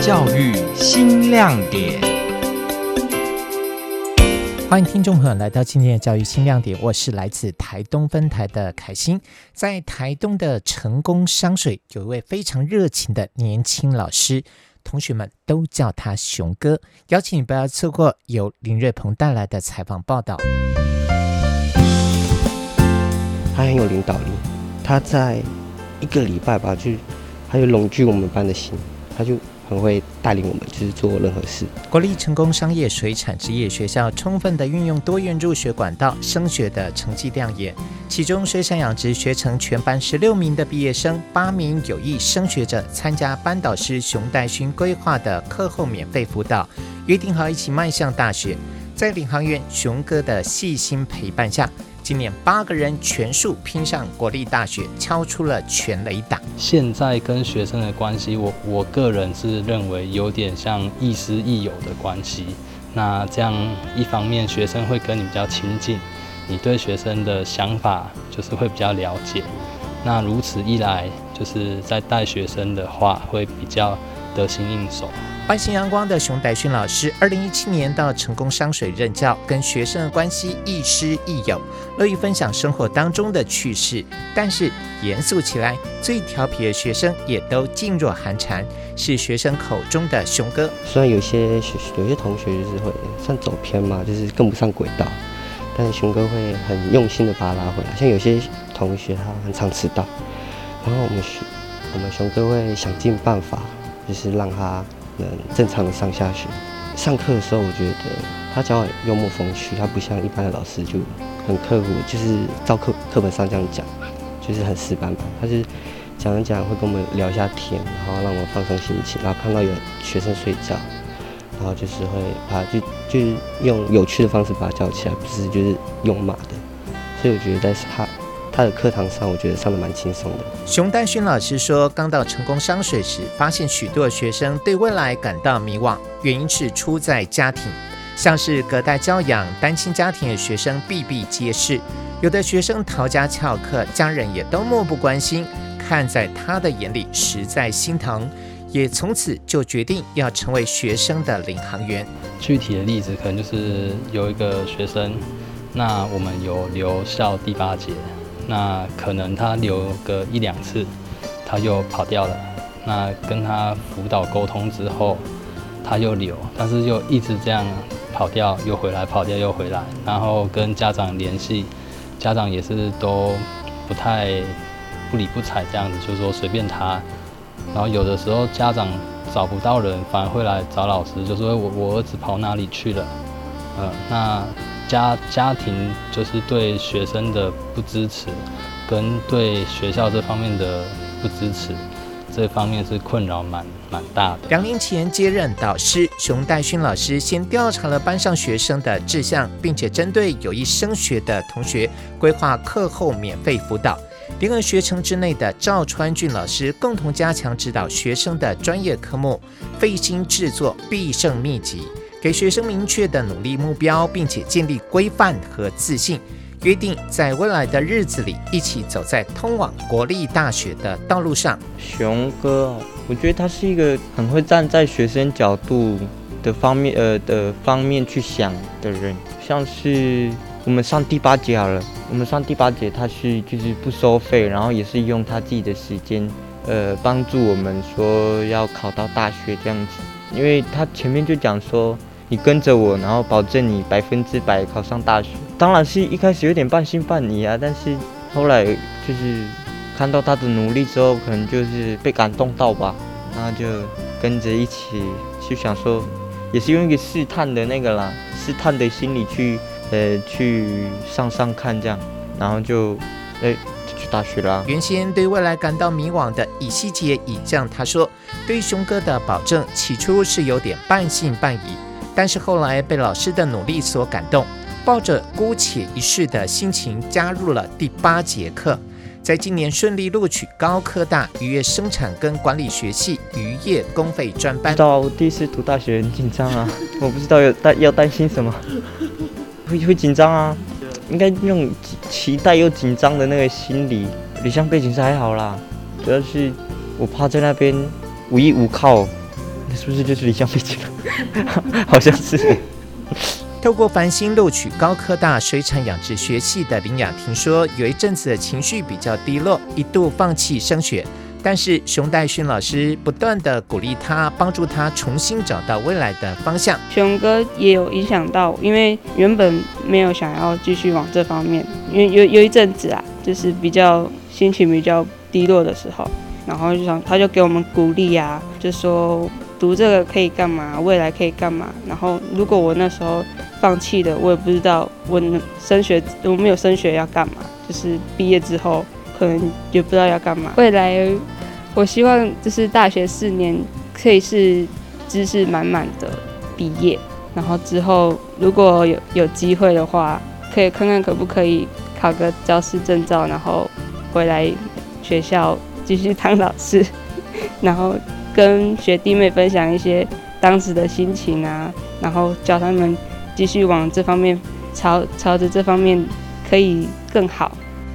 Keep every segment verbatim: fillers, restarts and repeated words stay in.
教育新亮点。 欢迎听众朋友来到今天的教育新亮点，我是来自台东分台的凯欣。在台东的成功商水有一位非常热情的年轻老师，同学们都叫他熊哥。邀请你不要错过由林瑞鹏带来的采访报道。 他很有领导力，他在一个礼拜吧，就他就拢聚我们班的心，他就很会带领我们，就是做任何事。 国立成功商业水产职业学校充分的运用多元入学管道，升学的成绩亮眼。其中水产养殖学程全班十六名的毕业生，八名有意升学者参加班导师熊代勋规划的课后免费辅导，约定好一起迈向大学。在领航员熊哥的细心陪伴下，今年八个人全数拼上国立大学，敲出了全垒打。 现在跟学生的关系，我我个人是认为有点像亦师亦友的关系。那这样一方面学生会跟你比较亲近，你对学生的想法就是会比较了解。那如此一来，就是在带学生的话，会比较得心应手。 欢喜阳光的熊代勋老师，二零一七年到成功商水任教，跟学生的关系亦师亦友，乐于分享生活当中的趣事。但是严肃起来，最调皮的学生也都噤若寒蝉，是学生口中的熊哥。 虽然有些有些同学就是会算走偏嘛，就是跟不上轨道，但是熊哥会很用心的把他拉回来。像有些同学他很常迟到，然后我们我们熊哥会想尽办法，就是让他能正常的上下学。上课的时候，我觉得他讲话幽默风趣，他不像一般的老师就很刻苦，就是照课课本上这样讲，就是很死板板。他就是讲一讲会跟我们聊一下天，然后让我们放松心情，然后看到有学生睡觉，然后就是会把就就是用有趣的方式把他叫起来，不是就是用骂的。所以我觉得在他他的课堂上，我觉得上得蛮轻松的。 熊代勋老师说，刚到成功商水时，发现许多学生对未来感到迷惘，原因是出在家庭，像是隔代教养、单亲家庭的学生比比皆是。有的学生逃家翘课，家人也都漠不关心，看在他的眼里实在心疼，也从此就决定要成为学生的领航员。 具体的例子可能就是有一个学生，那我们有留校第八节，那可能他留个一两次，他又跑掉了。那跟他辅导沟通之后，他又留，但是又一直这样跑掉又回来，跑掉又回来，然后跟家长联系，家长也是都不太不理不睬这样子，就是说随便他。然后有的时候家长找不到人，反而会来找老师，就说我我儿子跑哪里去了。呃，那家家庭就是对学生的不支持，跟对学校这方面的不支持，这方面是困扰蛮蛮大的。 两年前接任导师，熊代勋老师先调查了班上学生的志向，并且针对有意升学的同学规划课后免费辅导。联合学程之内的赵川俊老师共同加强指导学生的专业科目，费心制作必胜秘籍，给学生明确的努力目标，并且建立规范和自信，约定在未来的日子里一起走在通往国立大学的道路上。 熊哥，我觉得他是一个很会站在学生角度的方面呃的方面去想的人，像是我们上第八节好了，我们上第八节他是就是不收费，然后也是用他自己的时间呃帮助我们说要考到大学这样子，因为他前面就讲说你跟着我，然后保证你百分之百考上大学。当然是一开始有点半信半疑啊，但是后来就是看到他的努力之后，可能就是被感动到吧，然后就跟着一起去想说，也是用一个试探的那个啦，试探的心理去呃去上上看这样，然后就哎就去大学啦。 原先对未来感到迷惘的以西结以将他说，对熊哥的保证起初是有点半信半疑，但是后来被老师的努力所感动，抱着姑且一试的心情加入了第八节课。在今年顺利录取高科大渔业生产跟管理学系渔业公费专班。 知道我第一次读大学很紧张啊，我不知道有担要担心什么，会会紧张啊，应该那种期待又紧张的那个心理。理想背景是还好啦，主要是我怕在那边无依无靠， 那是不是就是理想比起来？好像是。 透过繁星录取高科大水产养殖学系的林雅婷说，有一阵子的情绪比较低落，一度放弃升学。但是熊代勋老师不断的鼓励他，帮助他重新找到未来的方向。 熊哥也有影响到，因为原本没有想要继续往这方面，因为有有一阵子啊，就是比较心情比较低落的时候，然后就想他就给我们鼓励啊，就说读这个可以干嘛，未来可以干嘛。然后如果我那时候放弃了，我也不知道我升学我没有升学要干嘛，就是毕业之后可能也不知道要干嘛。未来我希望就是大学四年可以是知识满满的毕业，然后之后如果有有机会的话，可以看看可不可以考个教师证照，然后回来学校继续当老师，然后跟学弟妹分享一些当时的心情啊，然后教他们继续往这方面朝朝着这方面可以更好。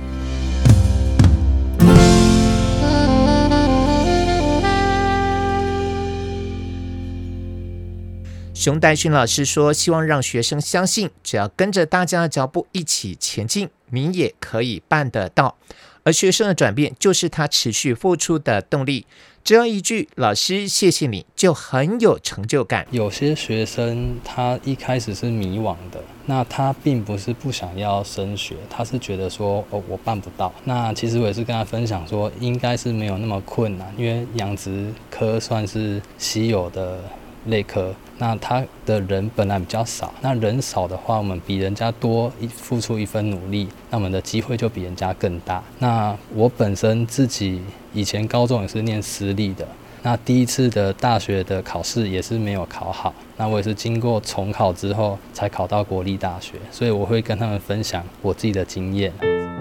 熊代勋老师说，希望让学生相信，只要跟着大家的脚步一起前进，你也可以办得到。而学生的转变就是他持续付出的动力。只要一句“老师，谢谢你”，就很有成就感。 有些学生他一开始是迷惘的，那他并不是不想要升学，他是觉得说哦我办不到。那其实我也是跟他分享说，应该是没有那么困难，因为养殖科算是稀有的类科，那他的人本来比较少，那人少的话，我们比人家多一付出一分努力，那我们的机会就比人家更大。那我本身自己以前高中也是念私立的，那第一次的大学的考试也是没有考好，那我也是经过重考之后才考到国立大学，所以我会跟他们分享我自己的经验。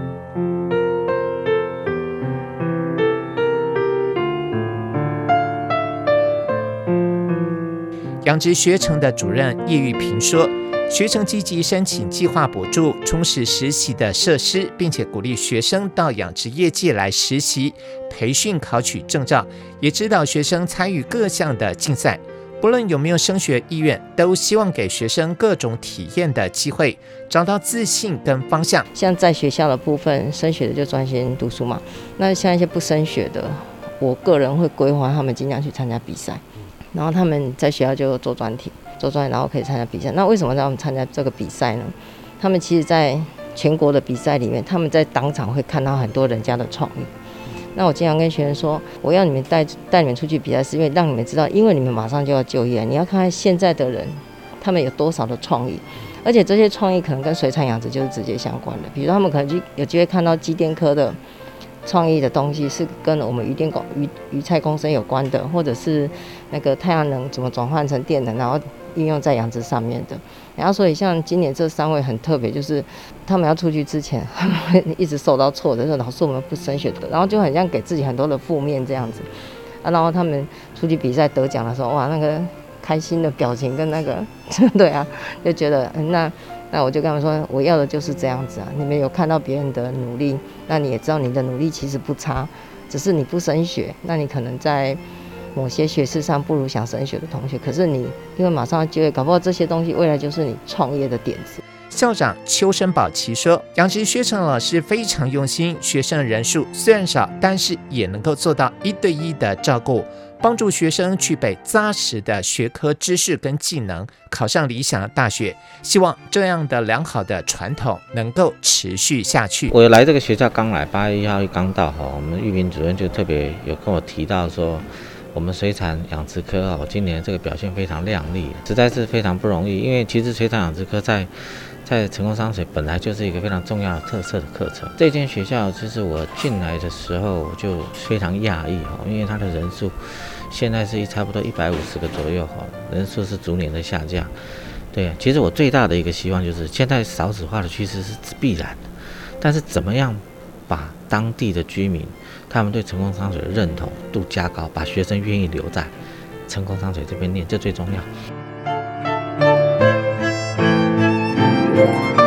养殖学程的主任叶玉平说，学程积极申请计划补助，充实实习的设施，并且鼓励学生到养殖业界来实习、培训、考取证照，也指导学生参与各项的竞赛。不论有没有升学意愿，都希望给学生各种体验的机会，找到自信跟方向。 像在学校的部分，升学的就专心读书嘛。那像一些不升学的，我个人会规划他们尽量去参加比赛。然后他们在学校就做专题，做专题，然后可以参加比赛。那为什么让他们参加这个比赛呢？他们其实在全国的比赛里面，他们在当场会看到很多人家的创意。那我经常跟学生说，我要你们带带你们出去比赛，是因为让你们知道，因为你们马上就要就业，你要看看现在的人，他们有多少的创意，而且这些创意可能跟水产养殖就是直接相关的。比如他们可能就有机会看到机电科的创意的东西是跟我们鱼电工鱼鱼菜共生有关的，或者是那个太阳能怎么转换成电能，然后应用在养殖上面的。然后所以像今年这三位很特别，就是他们要出去之前，他们会一直受到挫折，说老师我们不升学的，然后就很像给自己很多的负面这样子。啊，然后他们出去比赛得奖的时候，哇，那个开心的表情跟那个，对啊，就觉得、嗯、那。那我就跟他们说，我要的就是这样子啊！你们有看到别人的努力，那你也知道你的努力其实不差，只是你不升学，那你可能在某些学识上不如想升学的同学，可是你因为马上要就业，搞不好这些东西未来就是你创业的点子。 校长邱生宝奇说，养殖学程老师非常用心，学生人数虽然少，但是也能够做到一对一的照顾，帮助学生具备扎实的学科知识跟技能，考上理想的大学。希望这样的良好的传统能够持续下去。 我来这个学校刚来，八月一号刚到哈，我们玉平主任就特别有跟我提到说，我们水产养殖科哦，今年这个表现非常亮丽，实在是非常不容易。因为其实水产养殖科在在成功商水本来就是一个非常重要的特色的课程。这间学校就是我进来的时候我就非常讶异哈，因为它的人数现在是差不多一百五十个左右哈，人数是逐年的下降。对，其实我最大的一个希望就是现在少子化的趋势是必然的，但是怎么样把当地的居民他们对成功商水的认同度加高，把学生愿意留在成功商水这边念，这最重要。